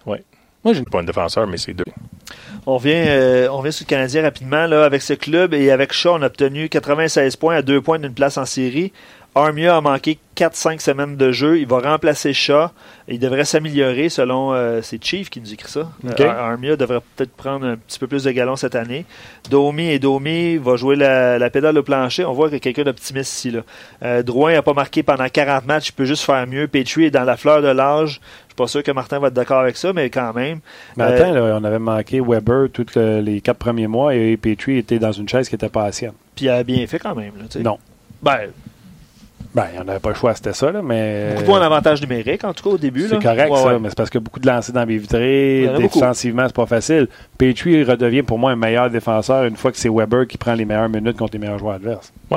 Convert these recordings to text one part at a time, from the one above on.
Oui. Moi, je n'ai pas un défenseur, mais c'est deux. On vient sur le Canadien rapidement. Là, avec ce club et avec Shaw, on a obtenu 96 points à 2 points d'une place en série. Armia a manqué 4-5 semaines de jeu. Il va remplacer Shaw. Il devrait s'améliorer selon c'est Chief qui nous écrit ça. Okay. Armia devrait peut-être prendre un petit peu plus de galons cette année. Domi va jouer la pédale au plancher. On voit qu'il y a quelqu'un d'optimiste ici. Drouin n'a pas marqué pendant 40 matchs. Il peut juste faire mieux. Petrie est dans la fleur de l'âge. Je suis pas sûr que Martin va être d'accord avec ça, mais quand même. Mais attends, là, on avait manqué Weber tous les 4 premiers mois et Petrie était dans une chaise qui n'était pas la sienne. Puis il a bien fait quand même. Là, non. On n'avait pas le choix, c'était ça, là, mais... Beaucoup de points d'avantage numérique, en tout cas, au début. C'est correct, ça, mais c'est parce que beaucoup de lancers dans les vitrées, défensivement, c'est pas facile. Petrie redevient, pour moi, un meilleur défenseur une fois que c'est Weber qui prend les meilleures minutes contre les meilleurs joueurs adverses. Oui.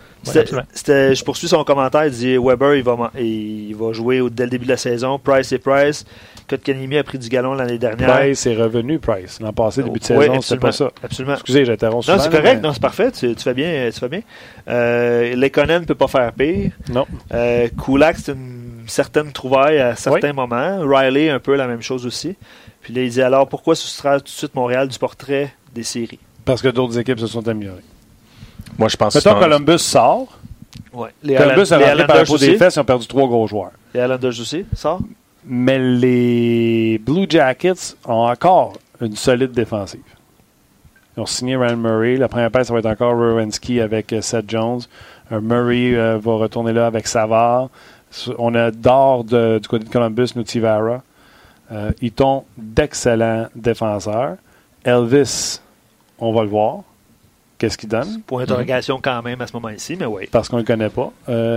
Je poursuis son commentaire. Il dit Weber, il va jouer dès le début de la saison. Price et Price. Kotkaniemi a pris du galon l'année dernière. Price est revenu, Price. L'an passé, début de saison, c'était pas ça. Absolument. Excusez, j'interromps souvent. Non, c'est correct. Non, c'est parfait. Tu fais bien. Lekonen ne peut pas faire pire. Non. Kulak, c'est une certaine trouvaille à certains moments. Riley, un peu la même chose aussi. Puis là, il dit alors, pourquoi soustraire tout de suite Montréal du portrait des séries? Parce que d'autres équipes se sont améliorées. Moi, je pense que Columbus sort. Ouais. Columbus a rentré par la peau des fesses, ils ont perdu 3 gros joueurs. Les Islanders aussi, sort. Mais les Blue Jackets ont encore une solide défensive. Ils ont signé Ryan Murray. La première paire, ça va être encore Werenski avec Seth Jones. Murray va retourner là avec Savard. On a d'or du côté de Columbus, Nutivara. Ils ont d'excellents défenseurs. Elvis, on va le voir. Qu'est-ce qu'il donne? Point d'interrogation quand même à ce moment-ci, mais oui. Parce qu'on ne le connaît pas.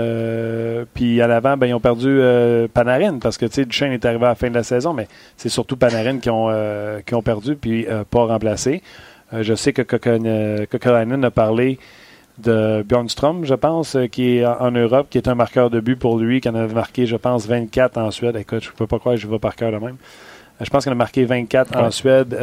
Puis à l'avant, ils ont perdu Panarin parce que Duchesne est arrivé à la fin de la saison, mais c'est surtout Panarin qui ont perdu puis pas remplacé. Je sais que Kokolainen a parlé de Bjornström, je pense, qui est en Europe, qui est un marqueur de but pour lui, qui en avait marqué, je pense, 24 en Suède. Écoute, je ne peux pas croire que je vais par cœur de même. Je pense qu'il a marqué 24 en Suède.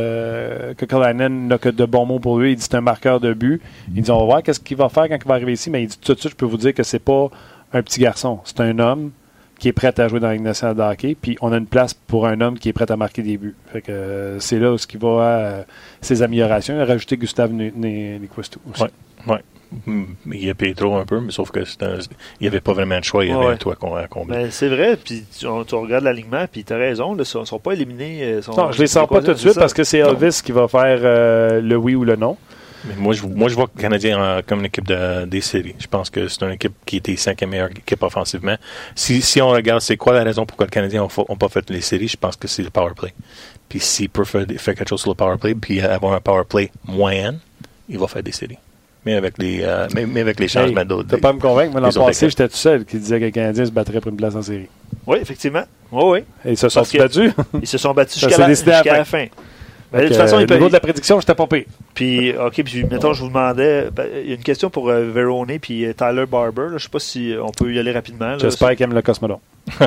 Kokolainen n'a que de bons mots pour lui. Il dit que c'est un marqueur de but. Il dit on va voir qu'est-ce qu'il va faire quand il va arriver ici. Mais il dit tout de suite, je peux vous dire que c'est pas un petit garçon. C'est un homme qui est prêt à jouer dans la Ligue nationale de hockey. Puis on a une place pour un homme qui est prêt à marquer des buts. Fait que, c'est là où il va ses améliorations. Il a rajouté Gustave Nyquist aussi. Oui. Il y a Petro un peu, mais sauf que il n'y avait pas vraiment de choix. Il y avait un toit à combler. Mais c'est vrai, puis tu regardes l'alignement, puis tu as raison, ils ne sont pas éliminés. Non, je ne les sors pas tout de suite parce que c'est Elvis qui va faire le oui ou le non. Mais moi, je vois le Canadien comme une équipe des séries. Je pense que c'est une équipe qui était 5e meilleure équipe offensivement. Si on regarde, c'est quoi la raison pourquoi le Canadien n'a pas fait les séries, je pense que c'est le power play. Puis s'il peut faire quelque chose sur le power play, puis avoir un power play moyen, il va faire des séries. Mais avec les changements d'autres. Tu ne peux pas me convaincre, mais l'an passé, j'étais tout seul qui disait que le Canadien se battrait pour une place en série. Oui, effectivement. Oui. Et ils se sont battus. Ils se sont battus jusqu'à la fin. Mais de toute façon, au niveau de la prédiction, j'étais pas pire. Puis, mettons, je vous demandais, il y a une question pour Verone puis Tyler Barber. Je ne sais pas si on peut y aller rapidement. J'espère qu'il aime le Cosmodome.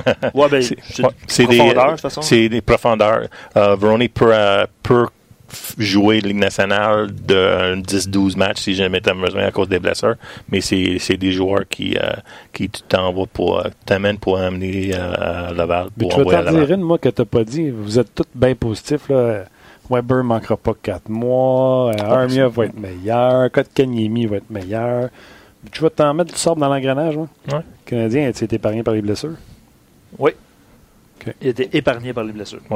C'est des profondeurs, de toute façon. C'est des profondeurs. Verone peut jouer Ligue nationale de 10-12 matchs si jamais tu as besoin à cause des blessures, mais c'est des joueurs qui t'amènent pour amener à Laval. Mais tu vas t'en dire une, moi, que tu n'as pas dit. Vous êtes tous bien positifs, là. Weber ne manquera pas 4 mois. Armia va être meilleur. Kotkaniemi va être meilleur. Tu vas t'en mettre du sable dans l'engrenage, moi? Ouais. Le Canadien a-t-il été épargné par les blessures? Oui. Okay. Il a été épargné par les blessures. Oui.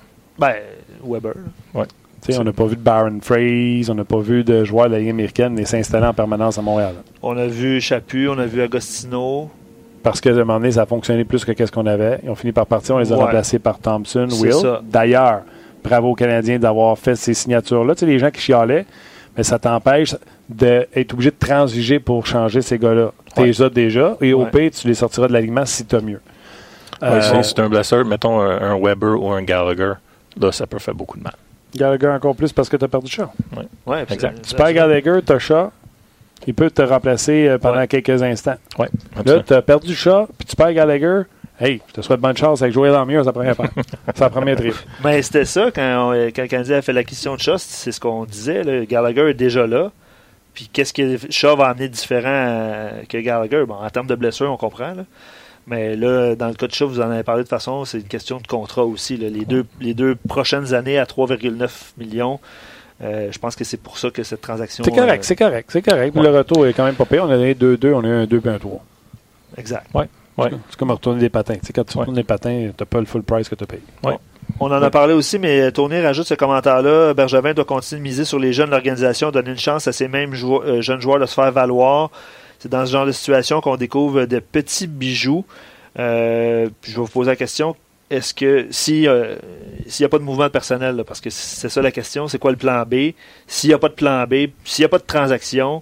Weber. Oui. On n'a pas vu de Baron Fraze, on n'a pas vu de joueurs de la Ligue américaine s'installer en permanence à Montréal. On a vu Chaput, on a vu Agostino. Parce qu'à un moment donné, ça a fonctionné plus que ce qu'on avait. Ils ont fini par partir, on les a remplacés par Thompson, Will. D'ailleurs, bravo aux Canadiens d'avoir fait ces signatures-là. Tu sais, les gens qui chialaient, mais ça t'empêche d'être obligé de transiger pour changer ces gars-là. Tu les as déjà, et au pire, tu les sortiras de l'alignement si tu as mieux. Si c'est un blesseur, mettons un Weber ou un Gallagher, là, ça peut faire beaucoup de mal. Gallagher encore plus parce que tu as perdu Shaw. Oui, exact. Tu perds Gallagher, tu as Shaw, il peut te remplacer pendant quelques instants. Ouais, là, tu as perdu Shaw, puis tu perds Gallagher. Hey, je te souhaite bonne chance avec Joël Armia, c'est la première fois. C'est la première trip. Mais c'était ça, quand le Canadien a fait l'acquisition de Shaw, c'est ce qu'on disait. Là, Gallagher est déjà là. Puis qu'est-ce que Shaw va amener de différent que Gallagher? Bon, en termes de blessure, on comprend. Là. Mais là, dans le cas de Shaw, vous en avez parlé de toute façon, c'est une question de contrat aussi. Là. Les deux prochaines années à 3,9 millions, je pense que c'est pour ça que cette transaction... C'est correct. Ouais. Le retour est quand même pas pire. On a eu 2-2, on a eu un 2 puis un 3. Exact. Ouais. C'est comme retourner des patins. Quand tu retournes des patins, tu n'as pas le full price que tu payes. Ouais. On en a parlé aussi, mais Tony rajoute ce commentaire-là. Bergevin doit continuer de miser sur les jeunes de l'organisation, donner une chance à ces mêmes jeunes joueurs de se faire valoir. C'est dans ce genre de situation qu'on découvre de petits bijoux. Je vais vous poser la question. Est-ce que s'il n'y a pas de mouvement de personnel, là, parce que c'est ça la question, c'est quoi le plan B? S'il n'y a pas de plan B, s'il n'y a pas de transaction,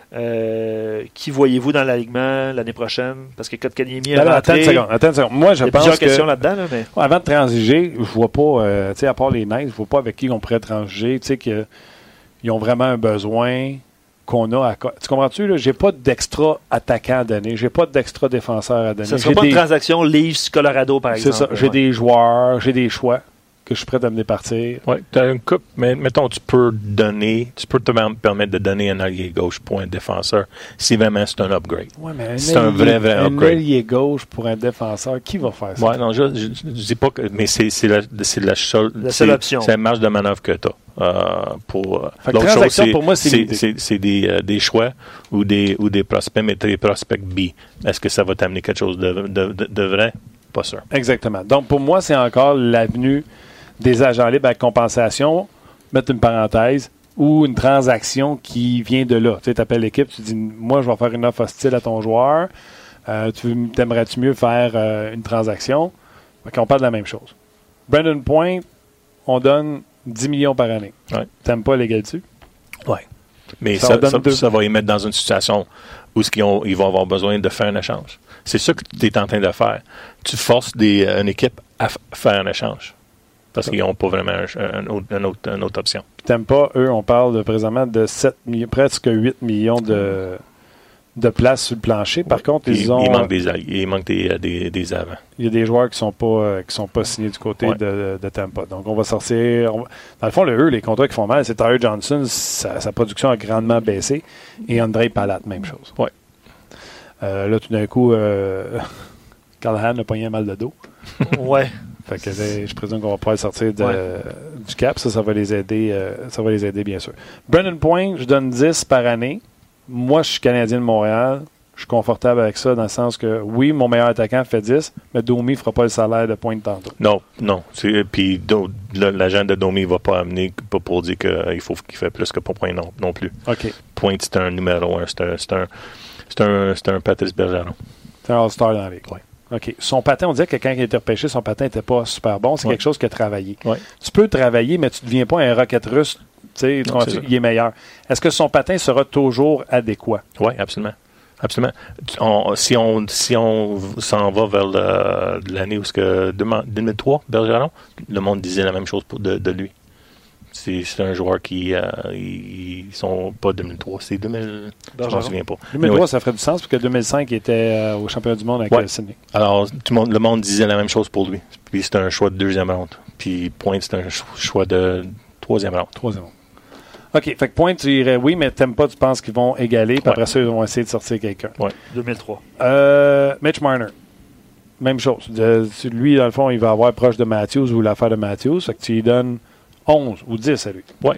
qui voyez-vous dans l'alignement l'année prochaine? Parce que Kotkaniemi a rentré... Attends une seconde. Moi, je il y a pense plusieurs questions là-dedans. Là, mais... Avant de transiger, je vois pas, à part les Knights, je vois pas avec qui on pourrait transiger. Tu sais qu'ils ont vraiment un besoin qu'on a à... Tu comprends-tu? Là? J'ai pas d'extra attaquant à donner. J'ai pas d'extra défenseur à donner. Ça ne sera pas une transaction Leafs-Colorado, par exemple. C'est ça. J'ai des joueurs, j'ai des choix que je suis prêt à me départir. Oui, tu as une coupe, mais mettons, tu peux te permettre de donner un allié gauche pour un défenseur si vraiment c'est un upgrade. Ouais, mais c'est un vrai upgrade. Un allié gauche pour un défenseur, qui va faire ça? Oui, non, je dis pas que, mais c'est la seule option. C'est la marge de manœuvre que tu as. L'autre chose, pour moi, c'est des choix ou des prospects, mais des prospects B. Est-ce que ça va t'amener quelque chose de vrai? Pas sûr. Exactement. Donc, pour moi, c'est encore l'avenue des agents libres à compensation, mettre une parenthèse, ou une transaction qui vient de là. Tu sais, appelles l'équipe, tu dis, moi, je vais faire une offre hostile à ton joueur. T'aimerais-tu mieux faire une transaction? Donc, on parle de la même chose. Brandon Point, on donne 10 millions par année. Ouais. T'aimes pas l'égalité? Oui. Mais ça va les mettre dans une situation où ils vont avoir besoin de faire un échange. C'est ça que tu es en train de faire. Tu forces une équipe à faire un échange. Parce qu'ils n'ont pas vraiment une autre option. T'aimes pas, eux, on parle présentement de 7 presque 8 millions de places sur le plancher. Par contre, il manque des avants. Il y a des joueurs qui sont pas signés du côté de Tampa. Donc, on va sortir... Dans le fond, les contrats qui font mal, c'est Tyler Johnson, sa production a grandement baissé. Et Andrei Palat, même chose. Ouais. Là, tout d'un coup, Callahan a pogné un mal de dos. Ouais. Fait que je présume qu'on va pouvoir sortir du cap. Ça va les aider. Ça va les aider, bien sûr. Brandon Point, je donne 10 par année. Moi, je suis Canadien de Montréal. Je suis confortable avec ça dans le sens que, oui, mon meilleur attaquant fait 10, mais Domi ne fera pas le salaire de Point tantôt. Non. Puis l'agent de Domi ne va pas amener pour dire qu'il faut qu'il fait plus que pour Point non plus. OK. Point, c'est un numéro 1. C'est un Patrice Bergeron. C'est un All-Star dans la Ligue. Oui. OK. Son patin, on dirait que quand il a été repêché, son patin n'était pas super bon. C'est quelque chose qu'il a travaillé. Ouais. Tu peux travailler, mais tu ne deviens pas un rocket russe. Il est meilleur. Est-ce que son patin sera toujours adéquat? Oui, absolument. Absolument. Si on s'en va vers l'année où 2003, Bergeron, le monde disait la même chose de lui. C'est un joueur qui ils sont pas 2003, c'est 2000. Je m'en souviens pas. 2003, ça ferait du sens parce que 2005 il était au championnat du monde avec Sydney. Alors le monde disait la même chose pour lui. Puis c'était un choix de 2e ronde. Puis Point, c'était un choix de 3e ronde. 3e ronde. OK. Fait que Point, tu dirais oui, mais t'aimes pas, tu penses qu'ils vont égaler, puis après ça, ils vont essayer de sortir quelqu'un. Oui. 2003. Mitch Marner. Même chose. Lui, dans le fond, il va avoir proche de Matthews ou l'affaire de Matthews. Fait que tu lui donnes 11 ou 10 à lui. Oui,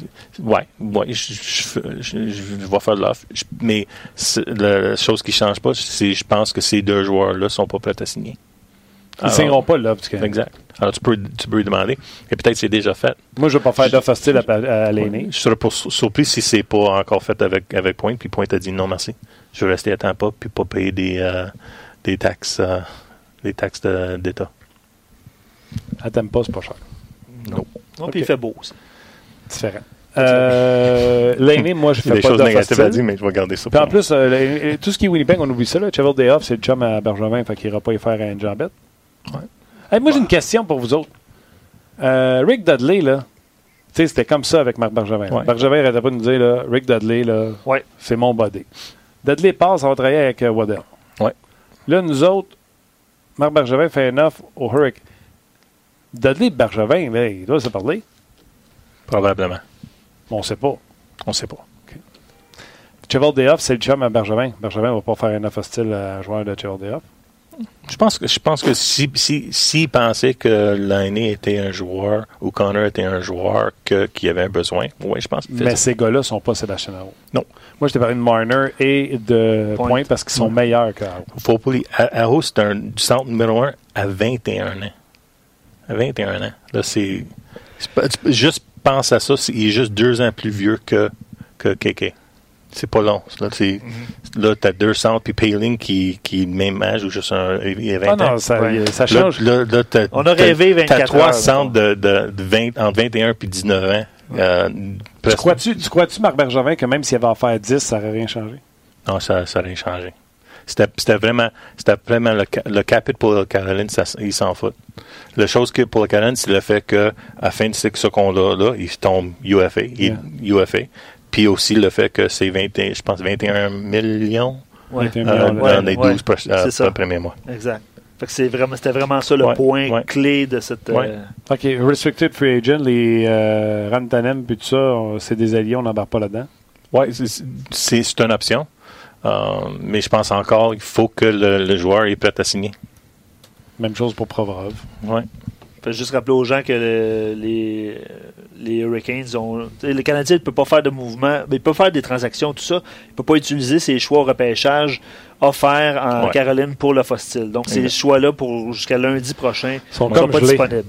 je vais faire de l'offre. Mais la chose qui ne change pas, c'est je pense que ces deux joueurs-là ne sont pas prêts à signer. Ils ne signeront pas l'offre. Exact. Alors, tu peux lui demander. Et peut-être que c'est déjà fait. Moi, je ne vais pas faire d'offre hostile à l'aîné. Je serais surpris si ce n'est pas encore fait avec Point. Puis Point a dit non, merci. Je vais rester à Tampa puis pas payer des taxes d'État. À Tampa, c'est pas cher. Non. Okay. Puis il fait beau aussi. Différent. L'aîné, moi, je fais des pas choses négatives à dire, mais je vais garder ça. Puis en plus, tout ce qui est Winnipeg, on oublie ça. Là. Cheval Day Off, c'est le chum à Bergevin, fait qu'il n'ira pas y faire une jambette. Ouais. Hey, moi, j'ai une question pour vous autres. Rick Dudley, là, tu sais, c'était comme ça avec Marc Bergevin. Ouais. Bergevin n'arrêtait pas de nous dire, là, Rick Dudley, là, c'est mon body. Dudley passe, on va travailler avec Waddell. Ouais. Là, nous autres, Marc Bergevin fait une offre au Hurricane. Dudley Bergevin, là, il doit se parler. Probablement. On ne sait pas. On ne sait pas. Okay. Cheval Day Off, c'est le chum à Bergevin. Bergevin ne va pas faire une offre hostile à un joueur de Cheval Day Off. Je pense que s'il pensait que Laine était un joueur ou Connor était un joueur qui avait un besoin, oui, je pense qu'il Mais ces gars-là ne sont pas Sébastien Aho. Non. Moi, je t'ai parlé de Marner et de Point parce qu'ils sont meilleurs qu'Aho. Faut pas Aho, c'est du centre numéro 1 à 21 ans. À 21 ans. Là, juste pense à ça, il est juste 2 ans plus vieux que KK. C'est pas long. Là, là tu as 2 centres, puis Paling qui est le même âge, ou juste il a 20 ans. Non, ça change. Là, on a rêvé 24 t'as 3 heures, centres de 20, entre 21 et 19 ans. Tu crois-tu, Marc Bergevin, que même s'il avait à faire 10, ça n'aurait rien changé? Non, ça n'a rien changé. C'était vraiment le capite pour le Caroline, il s'en fout. La chose que pour le Caroline, c'est le fait qu'à la fin de ce qu'on-là, il tombe UFA. UFA. Puis aussi le fait que c'est 21 millions dans les 12 premiers mois. Exact. Fait que c'était vraiment ça le point clé de cette... OK. Restricted Free Agent, les Rantanen puis tout ça, c'est des alliés, on n'embarque pas là-dedans? Oui, c'est une option. Mais je pense encore qu'il faut que le joueur est prêt à signer. Même chose pour Provorov. Oui. Je vais juste rappeler aux gens que les Hurricanes ont... Le Canadien ne peut pas faire de mouvement, mais il peut faire des transactions, tout ça. Il ne peut pas utiliser ses choix au repêchage offerts en Caroline pour le Fostil. Donc, ces choix-là, jusqu'à lundi prochain, ne sont pas disponibles.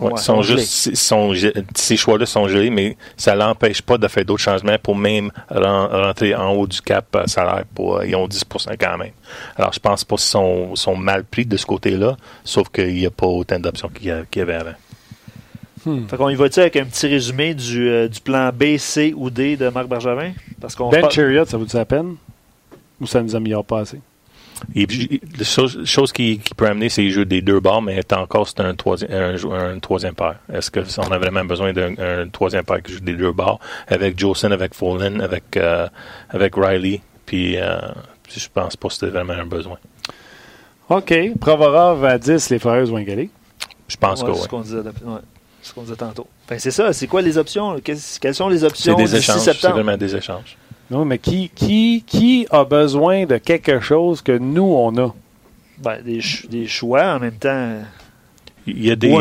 Ces choix-là sont gelés, mais ça ne l'empêche pas de faire d'autres changements pour même rentrer en haut du cap salaire. Ils ont 10% quand même. Alors, je pense pas qu'ils sont mal pris de ce côté-là, sauf qu'il n'y a pas autant d'options qu'il y avait avant. Fait qu'on y va-tu avec un petit résumé du plan B, C ou D de Marc Bergevin? Ben Chariot, ça vous dit la peine? Ou ça ne nous améliore pas assez? La chose qui peut amener, c'est les jeux des 2 bords, mais encore, c'est un troisième paire. Est-ce qu'on a vraiment besoin d'un troisième paire qui joue des 2 bords avec Jolson, avec Folin, avec Riley? Puis, je pense pas que c'était vraiment un besoin. OK. Provorov à 10, les Flyers vont égaler? Je pense que oui. C'est ce qu'on disait tantôt. Enfin, c'est ça. C'est quoi les options? Quelles sont les options d'ici septembre? C'est vraiment des échanges. Non, mais qui a besoin de quelque chose que nous, on a? Ben, des choix en même temps. Il y a des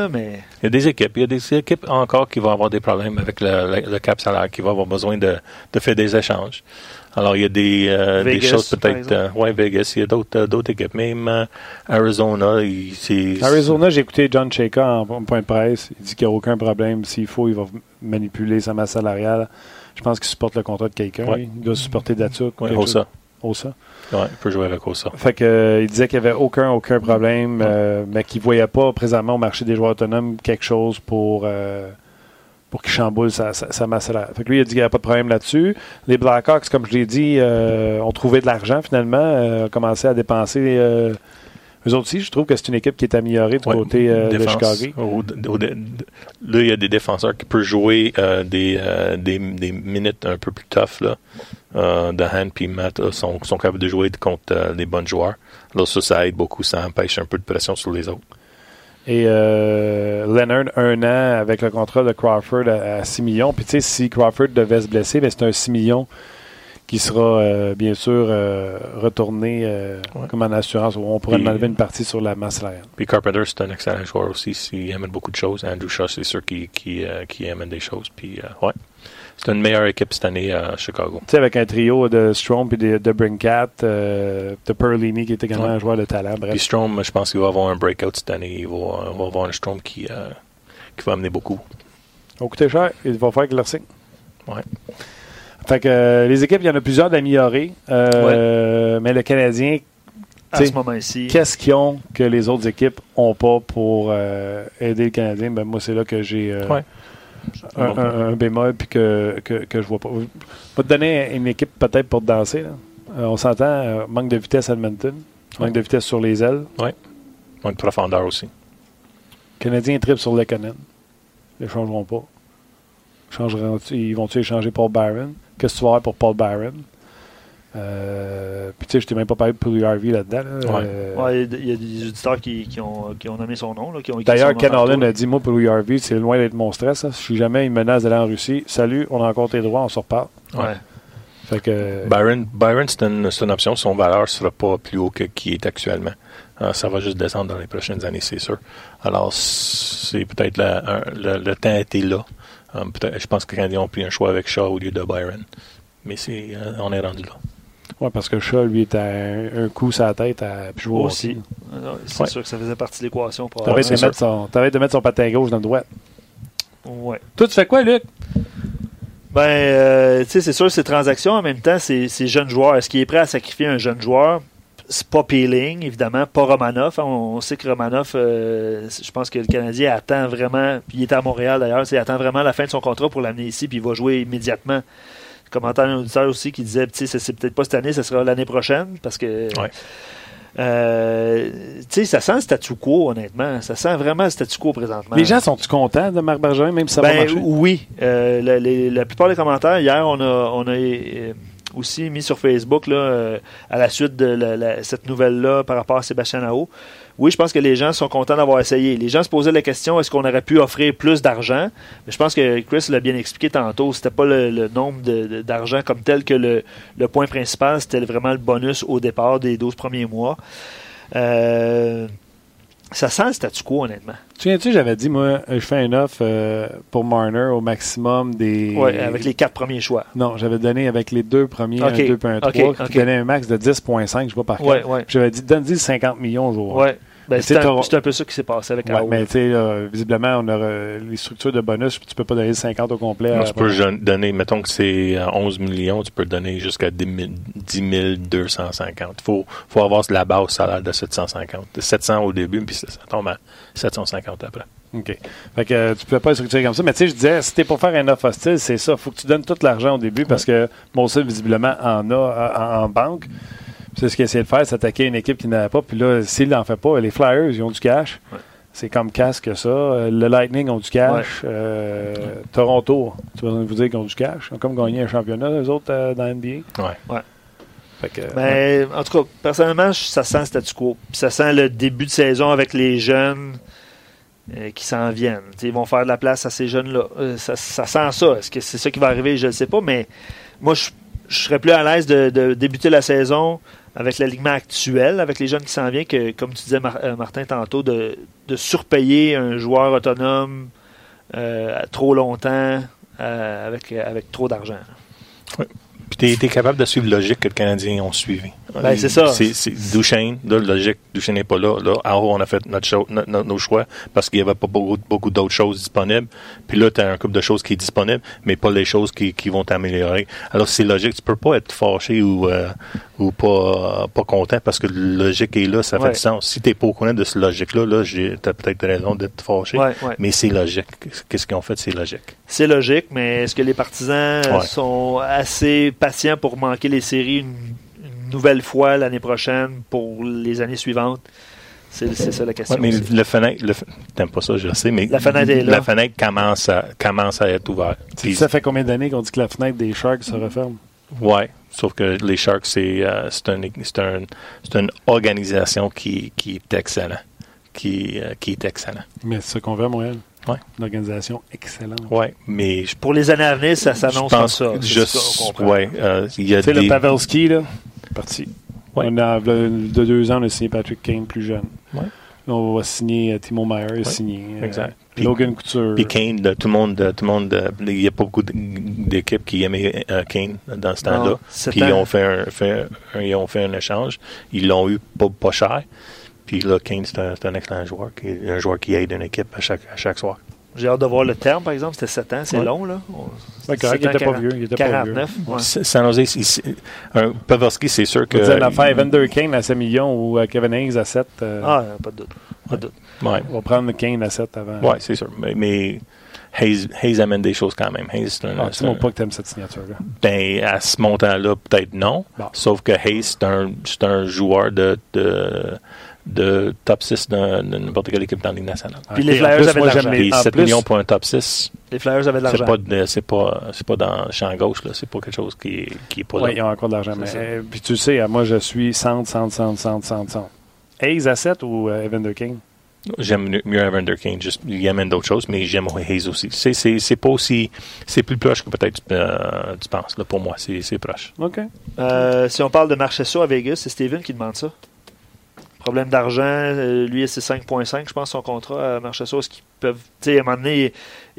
équipes encore qui vont avoir des problèmes avec le cap salaire, qui vont avoir besoin de faire des échanges. Alors, il y a des choses peut-être... Vegas, il y a d'autres équipes. Même Arizona. Arizona, j'ai écouté John Chayka en point de presse. Il dit qu'il n'y a aucun problème. S'il faut, il va manipuler sa masse salariale. Je pense qu'il supporte le contrat de quelqu'un. Il doit supporter Datsuk. Osa. Oui, il peut jouer avec Osa. Fait que, il disait qu'il n'y avait aucun problème, mais qu'il ne voyait pas présentement au marché des joueurs autonomes quelque chose pour qu'il chamboule sa masse salariale. Fait que lui, il a dit qu'il n'y avait pas de problème là-dessus. Les Blackhawks, comme je l'ai dit, ont trouvé de l'argent finalement, ont commencé à dépenser. Eux autres aussi, je trouve que c'est une équipe qui est améliorée du côté de Chicago. Là, il y a des défenseurs qui peuvent jouer des minutes un peu plus tough. Là. Dahan et Matt sont capables de jouer contre les bons joueurs. Là, ça aide beaucoup. Ça empêche un peu de pression sur les autres. Et Leonard, 1 an avec le contrat de Crawford à 6 millions. Puis tu sais, si Crawford devait se blesser, c'est un 6 millions qui sera bien sûr retourné comme en assurance. On pourrait enlever une partie sur la masse salariale. Puis Carpenter, c'est un excellent joueur aussi. Il amène beaucoup de choses. Andrew Shaw, c'est sûr qui amène des choses. Puis, c'est une meilleure équipe cette année à Chicago. Tu sais, avec un trio de Strome et de Brinkat, de Perlini qui est également un joueur de talent. Bref. Puis Strome, je pense qu'il va avoir un breakout cette année. Il va avoir un Strome qui va amener beaucoup. Ça va coûter cher. Il va faire qu'il leur signe. Ouais. Fait que les équipes, il y en a plusieurs d'améliorées. Mais le Canadien, à ce moment-ci, qu'est-ce qu'ils ont que les autres équipes n'ont pas pour aider le Canadien? Ben, moi, c'est là que j'ai un bémol puis que je vois pas. Je vais te donner une équipe peut-être pour te danser. Là. On s'entend, manque de vitesse à Edmonton, manque de vitesse sur les ailes. Oui, manque de profondeur aussi. Le Canadien tripe sur Lekanen. Ils ne changeront pas. Ils vont-tu échanger Paul Byron? Qu'est-ce que tu vas avoir pour Paul Byron? Puis tu sais, je t'ai même pas parlé de Puljujarvi là-dedans. Il y a des auditeurs qui ont nommé son nom. Là, D'ailleurs, Ken Holland a dit, moi, Puljujarvi, c'est loin d'être mon stress. Hein. Si jamais il menace d'aller en Russie, salut, on a encore tes droits, on se reparle. Ouais. Fait que, Byron c'est une option. Son valeur ne sera pas plus haut qu'il est actuellement. Ça va juste descendre dans les prochaines années, c'est sûr. Alors, c'est peut-être le temps était là. Je pense que les Canadiens ont pris un choix avec Shaw au lieu de Byron. Mais on est rendu là. Oui, parce que Shaw, lui, était un coup sur la tête à jouer aussi. C'est sûr que ça faisait partie de l'équation. Tu avais de mettre son patin gauche dans le droit. Oui. Toi, tu fais quoi, Luc? Tu sais, c'est sûr, ces transactions, en même temps, c'est jeunes joueurs. Est-ce qu'il est prêt à sacrifier un jeune joueur? C'est pas Peeling, évidemment, pas Romanov. On sait que Romanov, je pense que le Canadien attend vraiment, puis il était à Montréal d'ailleurs, il attend vraiment la fin de son contrat pour l'amener ici, puis il va jouer immédiatement. Commentaire d'un auditeur aussi qui disait, tu sais, c'est peut-être pas cette année, ce sera l'année prochaine, parce que... Ouais. Tu sais, ça sent le statu quo, honnêtement. Ça sent vraiment le statu quo présentement. Les gens sont-ils contents de Marc Bergevin, même si ça va marcher? Oui. La plupart des commentaires, hier, on a aussi mis sur Facebook là, à la suite de cette nouvelle-là par rapport à Sébastien Aho. Oui, je pense que les gens sont contents d'avoir essayé. Les gens se posaient la question, est-ce qu'on aurait pu offrir plus d'argent? Mais je pense que Chris l'a bien expliqué tantôt. C'était pas le nombre d'argent comme tel que le point principal. C'était vraiment le bonus au départ des 12 premiers mois. Ça sent le statu quo, honnêtement. Tu souviens-tu, j'avais dit, moi, je fais une offre pour Marner au maximum des... Oui, avec les 4 premiers choix. Non, j'avais donné avec les 2 premiers, un 2 et un 3, qui donnait un max de 10,5, je ne sais pas par cœur. Ouais. J'avais dit, donne-y 50 millions au joueur. Oui. C'est un peu ça qui s'est passé avec Aho. Mais tu sais, visiblement, on a les structures de bonus, tu peux pas donner 50 au complet. Non, tu peux donner, mettons que c'est 11 millions, tu peux donner jusqu'à 10 250. Il faut avoir la base salaire de 750. 700 au début, puis ça tombe à 750 après. OK. Fait que tu pouvais pas structurer comme ça. Mais tu sais, je disais, si t'es pour faire un offre hostile, c'est ça. Faut que tu donnes tout l'argent au début parce que Molson, visiblement, en a en banque. C'est ce qu'il essaie de faire, s'attaquer à une équipe qui n'en a pas. Puis là, s'il n'en fait pas, les Flyers, ils ont du cash. Ouais. C'est comme casse que ça. Le Lightning ont du cash. Ouais. Toronto, tu vas vous dire qu'ils ont du cash. Ils ont comme gagné un championnat, eux autres, dans l'NBA. Ouais. Fait que, en tout cas, personnellement, ça sent le statu quo. Puis ça sent le début de saison avec les jeunes qui s'en viennent. T'sais, ils vont faire de la place à ces jeunes-là. Ça sent ça. Est-ce que c'est ça qui va arriver? Je ne sais pas, mais moi, je serais plus à l'aise de débuter la saison avec l'alignement actuel, avec les jeunes qui s'en viennent, que, comme tu disais, Martin, tantôt, de surpayer un joueur autonome trop longtemps avec trop d'argent. Oui. Puis tu es capable de suivre la logique que les Canadiens ont suivi. C'est ça. C'est Duchesne, là, logique, Duchesne n'est pas là. Alors, on a fait nos choix parce qu'il n'y avait pas beaucoup d'autres choses disponibles. Puis là, tu as un couple de choses qui est disponible, mais pas les choses qui vont t'améliorer. Alors, c'est logique. Tu peux pas être fâché ou pas content parce que la logique est là, ça fait du sens. Si tu n'es pas au courant de cette logique-là, tu as peut-être raison d'être fâché, mais c'est logique. Qu'est-ce qu'ils ont fait, c'est logique. C'est logique, mais est-ce que les partisans sont assez patients pour manquer les séries une nouvelle fois l'année prochaine pour les années suivantes? C'est ça la question. Mais le fenêtre, t'aimes pas ça, je sais, mais la fenêtre est là. La fenêtre commence à être ouverte. Puis, ça fait combien d'années qu'on dit que la fenêtre des Sharks se referme? Oui, sauf que les Sharks, c'est une organisation qui est excellente. Qui est excellent. Mais c'est ça qu'on veut à Montréal. Oui. Une organisation excellente. Oui, mais... Pour les années à venir, ça s'annonce comme ça. Oui, il y a le Pavelski, là, parti. Ouais. De 2 ans, on a signé Patrick Kane plus jeune. Ouais. Là, on va signer Timo Meier, signé Logan Couture. Puis Kane, tout le monde, il y a pas beaucoup d'équipes qui aimaient Kane dans ce temps-là. Puis ils ont fait un échange. Ils l'ont eu pas cher. Puis là, Kane, c'est un excellent joueur, un joueur qui aide une équipe à chaque soir. J'ai hâte de voir le terme, par exemple. C'était 7 ans, c'est long, là. Il était pas vieux. Il était 49. Pas vieux. San Jose, Pavelski, c'est sûr que... Vous l'affaire Evander Kane à 7 millions ou Kevin Hayes à 7. Pas de doute. Pas de doute. Ouais. On va prendre Kane à 7 avant. Oui, c'est sûr. Mais Hayes amène des choses quand même. Hayes, c'est mon pas que tu aimes cette signature-là. Ben, à ce montant-là, peut-être non. Bon. Sauf que Hayes, c'est un joueur de top 6 de n'importe quelle équipe dans la Ligue nationale. Puis les Flyers avaient de l'argent. Puis 7 millions pour un top 6. Les Flyers avaient de l'argent. C'est pas dans le champ gauche, là. C'est pas quelque chose qui est pas là. Oui, ils ont encore de l'argent. Mais, puis tu sais, moi, je suis centre. Hayes à 7 ou Evander Kane? J'aime mieux Evander Kane. Il amène d'autres choses, mais j'aime Hayes aussi. C'est pas aussi... C'est plus proche que peut-être tu penses. Là, pour moi, c'est proche. OK. Si on parle de Marchessault à Vegas, c'est Steven qui demande ça. Problème d'argent. Lui, c'est 5,5, je pense, son contrat à Marchessault. Est-ce qu'ils peuvent. Tu sais, à un moment donné,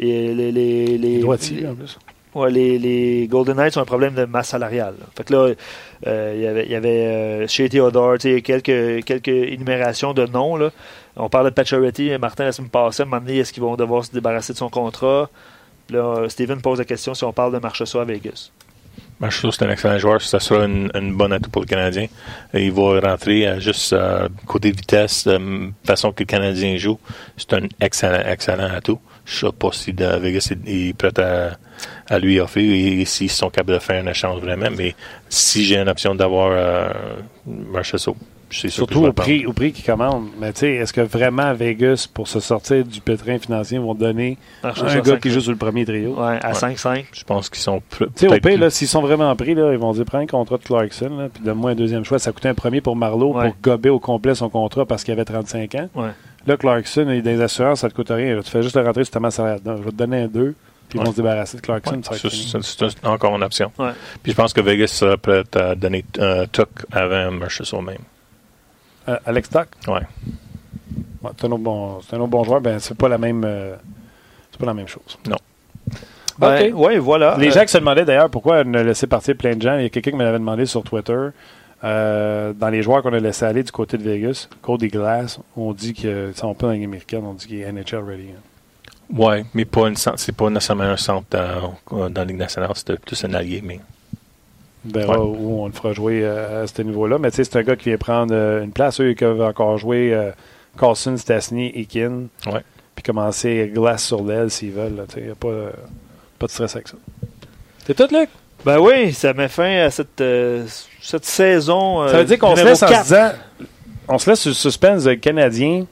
les droitiers, en plus. Ouais, les Golden Knights ont un problème de masse salariale. Là. Fait que là, il y avait chez Theodore, quelques énumérations de noms. Là. On parlait de Pacioretty, Martin la semaine passée. À un moment donné, est-ce qu'ils vont devoir se débarrasser de son contrat? Là, Steven pose la question si on parle de Marchessault à Vegas. Marchessault, c'est un excellent joueur. Ça sera une bonne atout pour le Canadien. Et il va rentrer juste côté vitesse, façon que le Canadien joue. C'est un excellent atout. Je ne sais pas si Vegas est prêt à lui offrir et s'ils sont capables de faire un échange vraiment. Mais si j'ai une option d'avoir Marchessault, c'est sûr surtout que je au prix qu'ils commandent. Mais tu sais, est-ce que vraiment Vegas, pour se sortir du pétrin financier, vont donner un gars qui joue sur le premier trio? Ouais, à 5,5. Je pense qu'ils sont Tu sais, au pire, s'ils sont vraiment pris, là, ils vont dire prends un contrat de Clarkson, là, puis donne-moi un deuxième choix. Ça coûtait un premier pour Marleau pour gober au complet son contrat parce qu'il avait 35 ans. Ouais. Là, Clarkson, il est dans les assurances, ça ne te coûte rien. Là, tu fais juste le rentrer sur ta masse salariale. Je vais te donner un 2, puis ils vont se débarrasser de Clarkson. C'est encore une option. Ouais. Puis je pense que Vegas serait prêt à donner Tuck avant Marchessault même. Alex Tuck? Ouais. C'est un autre bon joueur. Ben, c'est pas la même chose. Non. Okay. Oui, voilà. Les gens qui se demandaient d'ailleurs pourquoi on a laissé partir plein de gens. Il y a quelqu'un qui me l'avait demandé sur Twitter. Dans les joueurs qu'on a laissé aller du côté de Vegas, Cody Glass, on dit que c'est un peu dans la Ligue américaine, on dit qu'il est NHL ready. Oui, mais c'est pas nécessairement un centre dans la Ligue nationale, c'est plus un allié. Mais... On verra où on le fera jouer à ce niveau-là. Mais tu sais, c'est un gars qui vient prendre une place. Eux, ils peuvent encore jouer Carlson, Stastny, Ekin. Ouais. Puis commencer Glass sur l'aile s'ils veulent. Il n'y a pas de stress avec ça. C'est tout, Luc? Ben oui, ça met fin à cette saison. Ça veut dire qu'on se laisse en se disant, on se laisse sur le suspense canadien.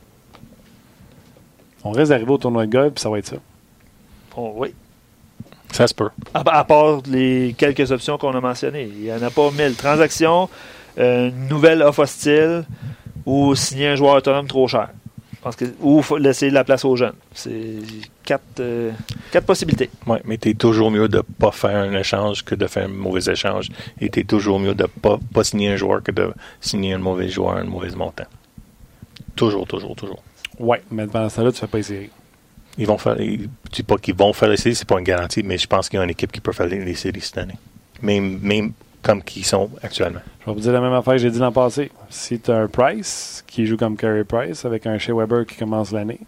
On risque d'arriver au tournoi de golf, puis ça va être ça. Oh, oui. Ça se peut. À part les quelques options qu'on a mentionnées. Il n'y en a pas 1000. Transaction, une nouvelle offre hostile ou signer un joueur autonome trop cher. Ou laisser la place aux jeunes. C'est quatre possibilités. Oui, mais tu es toujours mieux de ne pas faire un échange que de faire un mauvais échange. Et tu es toujours mieux de ne pas signer un joueur que de signer un mauvais joueur à un mauvais montant. Toujours. Oui, mais pendant ce temps-là, tu ne fais pas les séries. Je ne dis pas qu'ils vont faire les séries, c'est pas une garantie, mais je pense qu'il y a une équipe qui peut faire les séries cette année. Même comme qu'ils sont actuellement. Je vais vous dire la même affaire que j'ai dit l'an passé. Si tu as un Price qui joue comme Carey Price avec un Shea Weber qui commence l'année,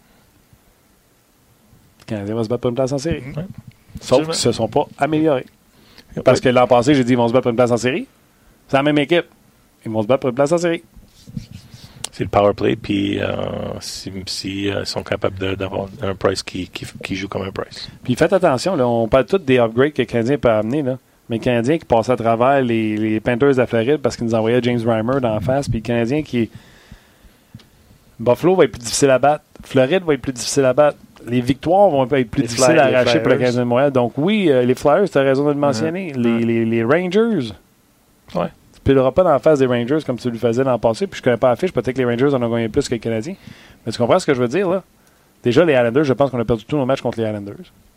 le Canadien va se battre pour une place en série. Ouais. Sauf qu'ils ne se sont pas améliorés. Parce que l'an passé, j'ai dit ils vont se battre pour une place en série. C'est la même équipe. Ils vont se battre pour une place en série. C'est le power play, puis si sont capables d'avoir un Price qui joue comme un Price. Puis faites attention, là, on parle tous des upgrades que le Canadien peut amener, là. Mais le Canadien qui passe à travers les Panthers de la Floride parce qu'ils nous envoyaient James Reimer d'en face, puis le Canadien qui... Buffalo va être plus difficile à battre. Floride va être plus difficile à battre. Les victoires vont être plus difficiles à arracher pour le Canadien de Montréal. Donc oui, les Flyers, tu as raison de le mentionner. Les Rangers... Ouais. Tu ne pileras pas dans la face des Rangers comme tu le faisais dans le passé. Puis je ne connais pas la fiche. Peut-être que les Rangers en ont gagné plus que les Canadiens. Mais tu comprends ce que je veux dire, là? Déjà, les Islanders, je pense qu'on a perdu tous nos matchs contre les Islanders.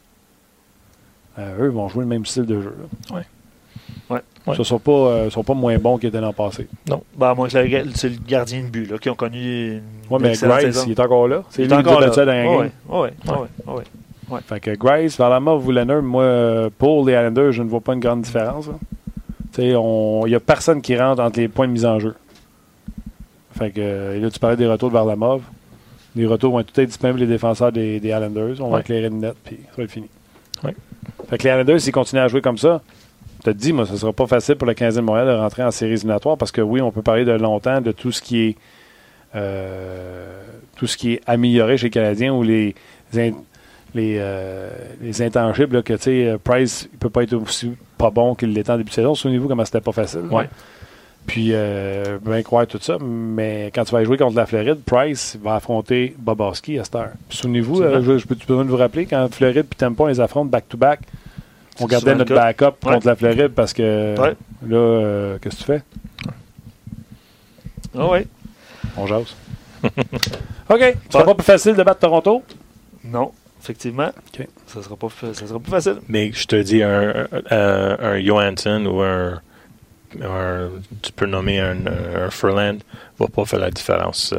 Eux vont jouer le même style de jeu. Oui. Ils ne sont pas moins bons qu'ils étaient l'an passé. Non. Ben, à moins que c'est le gardien de but là, qui ont connu une mais Grice, il est encore là. Il est encore là. Oui. Fait que Grice, Varlamov ou Leonard, moi, pour les Islanders, je ne vois pas une grande différence. Il n'y a personne qui rentre entre les points de mise en jeu. Fait que là, tu parlais des retours de Varlamov. Les retours vont être tout disponibles les défenseurs des Islanders. On va éclairer le net, puis ça va être fini. Ouais. Fait que les Islanders, s'ils continuent à jouer comme ça, je te dis, moi, ce ne sera pas facile pour le Canadien de Montréal de rentrer en séries éliminatoires parce que oui, on peut parler de longtemps de tout ce qui est amélioré chez les Canadiens ou les intangibles là, que tu sais, Price ne peut pas être aussi pas bon qu'il l'était en début de saison. Souvenez-vous comment c'était pas facile. Ouais. Puis, bien croire tout ça, mais quand tu vas jouer contre la Floride, Price va affronter Bobrovsky à cette heure. Puis, souvenez-vous, je peux vous rappeler, quand Floride et Tampa, on les affrontent back-to-back, on gardait notre backup contre la Floride parce que là, qu'est-ce que tu fais? Ah oui. On jase. OK. Ce sera pas plus facile de battre Toronto? Non, effectivement. OK. Ça sera pas plus facile. Mais je te dis, un Johansson ou un tu peux nommer un Furland, va pas faire la différence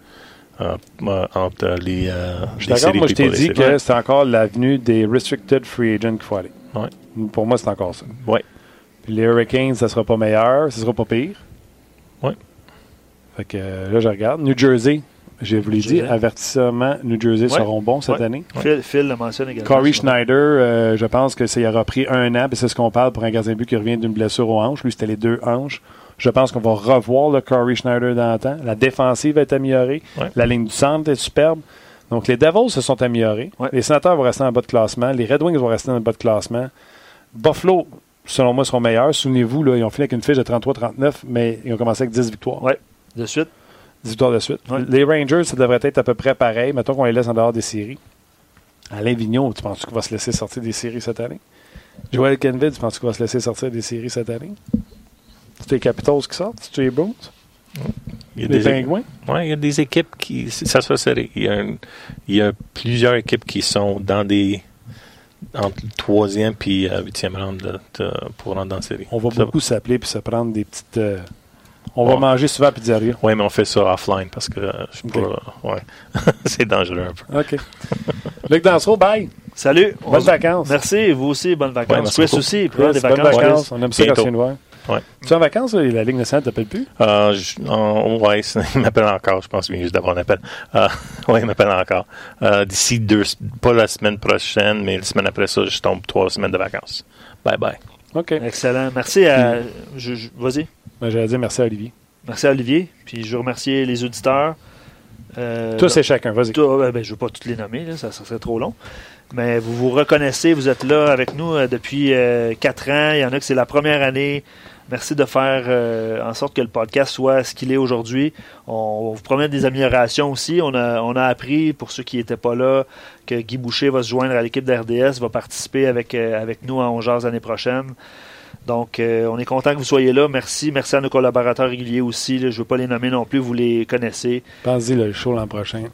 entre les je suis d'accord, moi je t'ai dit que c'est encore l'avenue des restricted free agents qu'il faut aller. Ouais. Pour moi, c'est encore ça. Ouais. Puis les Hurricanes, ça sera pas meilleur, ça sera pas pire. Ouais. Fait que là, je regarde. New Jersey, je vous l'ai dit, avertissement, New Jersey seront bons cette année. Phil le mentionne également. Corey Schneider, je pense que ça y aura pris 1 an, puis c'est ce qu'on parle pour un gardien de but qui revient d'une blessure aux hanches. Lui, c'était les 2 hanches. Je pense qu'on va revoir le Corey Schneider dans le temps. La défensive va être améliorée. Ouais. La ligne du centre est superbe. Donc, les Devils se sont améliorés. Ouais. Les Sénateurs vont rester en bas de classement. Les Red Wings vont rester en bas de classement. Buffalo, selon moi, seront meilleurs. Souvenez-vous, là, ils ont fini avec une fiche de 33-39, mais ils ont commencé avec 10 victoires. Oui, de suite. 10 victoires de suite. Ouais. Les Rangers, ça devrait être à peu près pareil. Mettons qu'on les laisse en dehors des séries. Alain Vigneault, tu penses qu'il va se laisser sortir des séries cette année? Joel Kenville, tu penses qu'il va se laisser sortir des séries cette année? C'est les Capitals qui sortent? C'est les Bruins? Les Pingouins? Oui, il y a des équipes qui... Ça se fait serrer. Il y a plusieurs équipes qui sont dans des... entre le 3e et 8e round pour rentrer dans la série. On va beaucoup s'appeler puis se prendre des petites... On va manger souvent à pizzeria. Oui, mais on fait ça offline parce que je suis pas... c'est dangereux un peu. OK. Luc Dansereau, bye! Salut! Bonnes vacances! Merci, vous aussi, bonnes vacances. Chris aussi, prends des vacances. Bonnes vacances. On aime ça quand c'est noir. Ouais. Tu es en vacances, là, la Ligue nationale ne t'appelle plus? Oui, il m'appelle encore, je pense, juste d'avoir un appel. Oui, il m'appelle encore. D'ici pas la semaine prochaine, mais la semaine après ça, je tombe 3 semaines de vacances. Bye bye. OK. Excellent. Merci à... Vas-y. J'allais dire merci à Olivier. Merci à Olivier. Puis je remercie les auditeurs. Tous et chacun, vas-y. Je ne veux pas tous les nommer, là, ça serait trop long. Mais vous vous reconnaissez, vous êtes là avec nous depuis 4 ans. Il y en a que c'est la première année. Merci de faire en sorte que le podcast soit ce qu'il est aujourd'hui. On vous promet des améliorations aussi. On a appris, pour ceux qui n'étaient pas là, que Guy Boucher va se joindre à l'équipe d'RDS, va participer avec nous en On Jase l'année prochaine. Donc, on est content que vous soyez là. Merci. Merci à nos collaborateurs réguliers aussi. Là. Je ne veux pas les nommer non plus. Vous les connaissez. Pensez le show l'an prochain.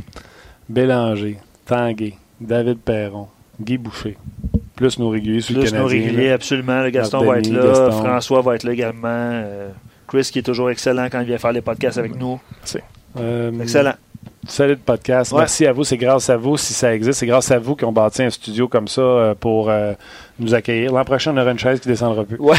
Bélanger, Tanguay, David Perron, Guy Boucher. Plus nos réguliers sur le Canadien. Plus nos réguliers, absolument. Le Gaston va être là. François va être là également. Chris qui est toujours excellent quand il vient faire les podcasts avec nous. Excellent. Solide podcast. Ouais. Merci à vous. C'est grâce à vous si ça existe. C'est grâce à vous qu'on bâtit un studio comme ça pour nous accueillir. L'an prochain, on aura une chaise qui ne descendra plus. Ouais.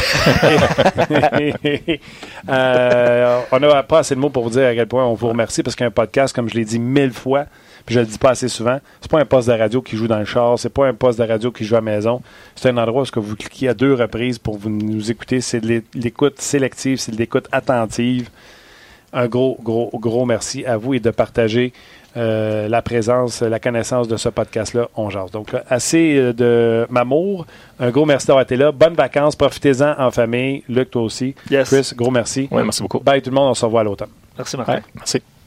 On n'a pas assez de mots pour vous dire à quel point on vous remercie parce qu'un podcast, comme je l'ai dit 1000 fois, puis je le dis pas assez souvent, c'est pas un poste de radio qui joue dans le char, c'est pas un poste de radio qui joue à la maison. C'est un endroit où vous cliquez à 2 reprises pour nous écouter. C'est de l'écoute sélective, c'est de l'écoute attentive. Un gros merci à vous et de partager la présence, la connaissance de ce podcast-là, On Jase. Donc, assez de m'amour. Un gros merci d'avoir été là. Bonnes vacances. Profitez-en en famille. Luc, toi aussi. Yes. Chris, gros merci. Oui, merci beaucoup. Bye tout le monde. On se revoit à l'automne. Merci, Martin. Ouais, merci.